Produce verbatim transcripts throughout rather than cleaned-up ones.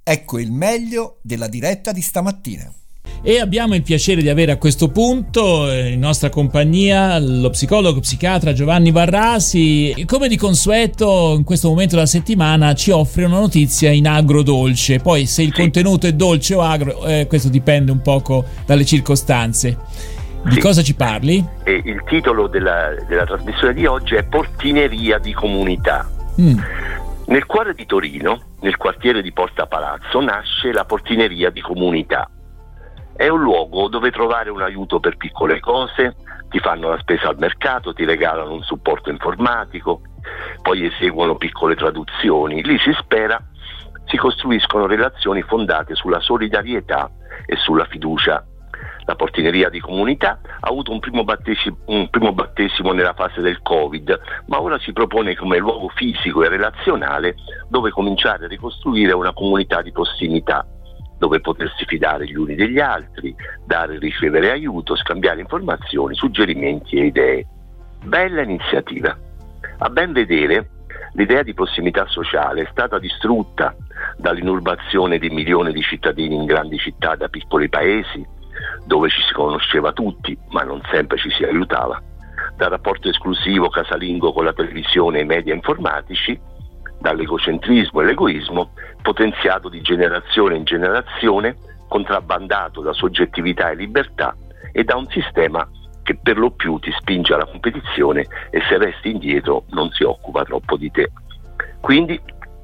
Ecco il meglio della diretta di stamattina. E abbiamo il piacere di avere a questo punto in nostra compagnia lo psicologo psichiatra Giovanni Varrasi, e come di consueto in questo momento della settimana ci offre una notizia in agrodolce. Poi se il sì. contenuto è dolce o agro, eh, questo dipende un poco dalle circostanze. Di sì. cosa ci parli? E il titolo della, della trasmissione di oggi è Portineria di comunità. Mm. Nel cuore di Torino, nel quartiere di Porta Palazzo, nasce la Portineria di comunità. È un luogo dove trovare un aiuto per piccole cose, ti fanno la spesa al mercato, ti regalano un supporto informatico, poi eseguono piccole traduzioni. Lì si spera si costruiscono relazioni fondate sulla solidarietà e sulla fiducia. La Portineria di comunità ha avuto un primo, battesimo, un primo battesimo nella fase del Covid, ma ora si propone come luogo fisico e relazionale dove cominciare a ricostruire una comunità di prossimità, dove potersi fidare gli uni degli altri, dare e ricevere aiuto, scambiare informazioni, suggerimenti e idee. Bella iniziativa. A ben vedere, l'idea di prossimità sociale è stata distrutta dall'inurbazione di milioni di cittadini in grandi città da piccoli paesi, dove ci si conosceva tutti, ma non sempre ci si aiutava, dal rapporto esclusivo casalingo con la televisione e i media informatici, dall'egocentrismo e l'egoismo, potenziato di generazione in generazione, contrabbandato da soggettività e libertà e da un sistema che per lo più ti spinge alla competizione e se resti indietro non si occupa troppo di te. Quindi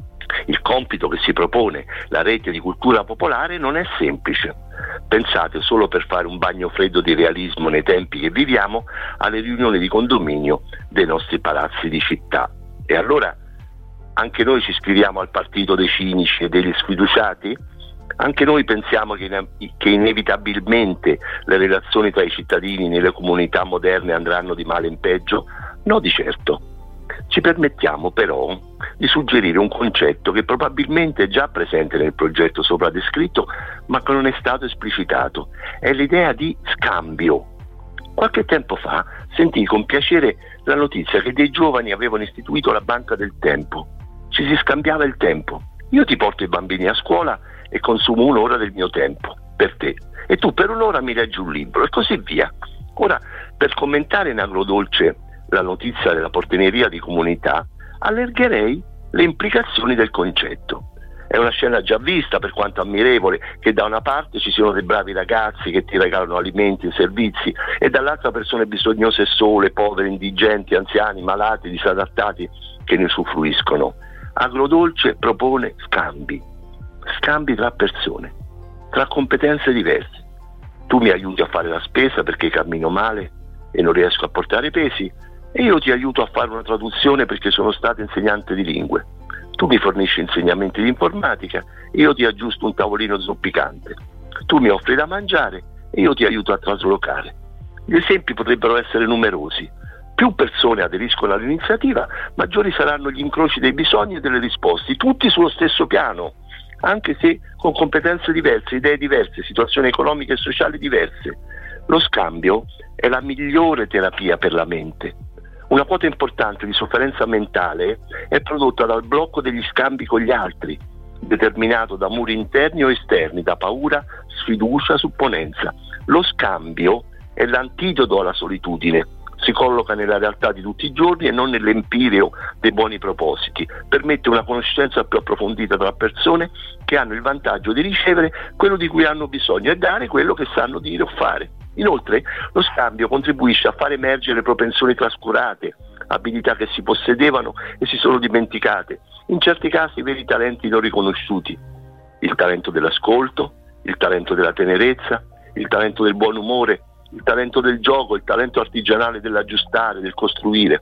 il compito che si propone la rete di cultura popolare non è semplice. Pensate, solo per fare un bagno freddo di realismo nei tempi che viviamo, alle riunioni di condominio dei nostri palazzi di città. E allora anche noi ci iscriviamo al partito dei cinici e degli sfiduciati? Anche noi pensiamo che, che inevitabilmente le relazioni tra i cittadini nelle comunità moderne andranno di male in peggio? No, di certo. Ci permettiamo però di suggerire un concetto che probabilmente è già presente nel progetto sopra descritto, ma che non è stato esplicitato. È l'idea di scambio. Qualche tempo fa sentii con piacere la notizia che dei giovani avevano istituito la banca del tempo. Ci si scambiava il tempo. Io ti porto i bambini a scuola e consumo un'ora del mio tempo per te, e tu per un'ora mi leggi un libro, e così via. Ora, per commentare in agrodolce la notizia della Portineria di comunità, allargherei le implicazioni del concetto. È una scena già vista, per quanto ammirevole, che da una parte ci siano dei bravi ragazzi che ti regalano alimenti e servizi e dall'altra persone bisognose e sole, povere, indigenti, anziani, malati, disadattati che ne usufruiscono. Agrodolce propone scambi, scambi tra persone, tra competenze diverse. Tu mi aiuti a fare la spesa perché cammino male e non riesco a portare pesi, e io ti aiuto a fare una traduzione perché sono stato insegnante di lingue. Tu mi fornisci insegnamenti di informatica e io ti aggiusto un tavolino zoppicante. Tu mi offri da mangiare e io ti aiuto a traslocare. Gli esempi potrebbero essere numerosi. Più persone aderiscono all'iniziativa, maggiori saranno gli incroci dei bisogni e delle risposte, tutti sullo stesso piano, anche se con competenze diverse, idee diverse, situazioni economiche e sociali diverse. Lo scambio è la migliore terapia per la mente. Una quota importante di sofferenza mentale è prodotta dal blocco degli scambi con gli altri, determinato da muri interni o esterni, da paura, sfiducia, supponenza. Lo scambio è l'antidoto alla solitudine, si colloca nella realtà di tutti i giorni e non nell'empireo dei buoni propositi, permette una conoscenza più approfondita tra persone che hanno il vantaggio di ricevere quello di cui hanno bisogno e dare quello che sanno dire o fare. Inoltre, lo scambio contribuisce a far emergere propensioni trascurate, abilità che si possedevano e si sono dimenticate, in certi casi veri talenti non riconosciuti. Il talento dell'ascolto, il talento della tenerezza, il talento del buon umore, il talento del gioco, il talento artigianale dell'aggiustare, del costruire.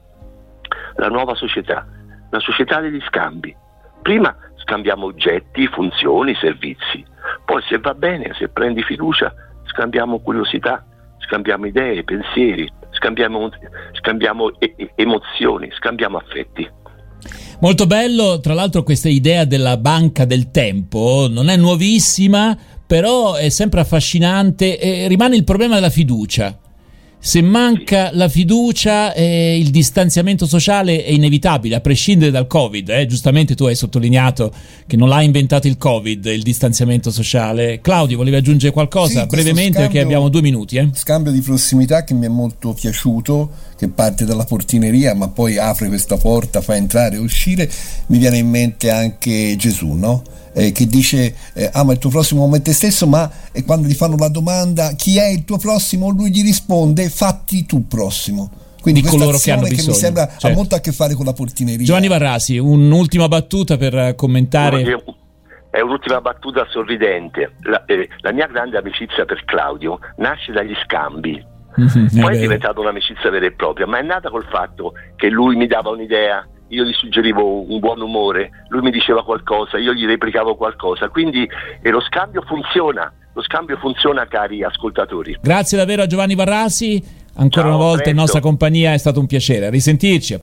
La nuova società, la società degli scambi. Prima scambiamo oggetti, funzioni, servizi. Poi, se va bene, se prendi fiducia, scambiamo curiosità, scambiamo idee, pensieri, scambiamo, scambiamo e- emozioni, scambiamo affetti. Molto bello, tra l'altro questa idea della banca del tempo non è nuovissima, però è sempre affascinante e rimane il problema della fiducia. Se manca la fiducia, eh, il distanziamento sociale è inevitabile, a prescindere dal Covid. Eh? Giustamente tu hai sottolineato che non l'ha inventato il Covid, il distanziamento sociale. Claudio, volevi aggiungere qualcosa? Sì, brevemente, scambio, che abbiamo due minuti. Eh? Scambio di prossimità che mi è molto piaciuto, che parte dalla portineria ma poi apre questa porta, fa entrare e uscire. Mi viene in mente anche Gesù, no? Eh, che dice eh, ama il tuo prossimo come te stesso, ma eh, quando gli fanno la domanda chi è il tuo prossimo, lui gli risponde fatti tu prossimo. Quindi di questa coloro che hanno azione che bisogno, mi sembra certo. ha molto a che fare con la portineria. Giovanni Varrasi, un'ultima battuta per commentare. È un'ultima battuta sorridente. La, eh, la mia grande amicizia per Claudio nasce dagli scambi. Mm-hmm, poi è, è diventata un'amicizia vera e propria, ma è nata col fatto che lui mi dava un'idea, io gli suggerivo un buon umore, lui mi diceva qualcosa, io gli replicavo qualcosa, quindi eh, lo scambio funziona, lo scambio funziona, cari ascoltatori. Grazie davvero a Giovanni Varrasi, ancora Ciao, una volta presto. in nostra compagnia, è stato un piacere, a risentirci.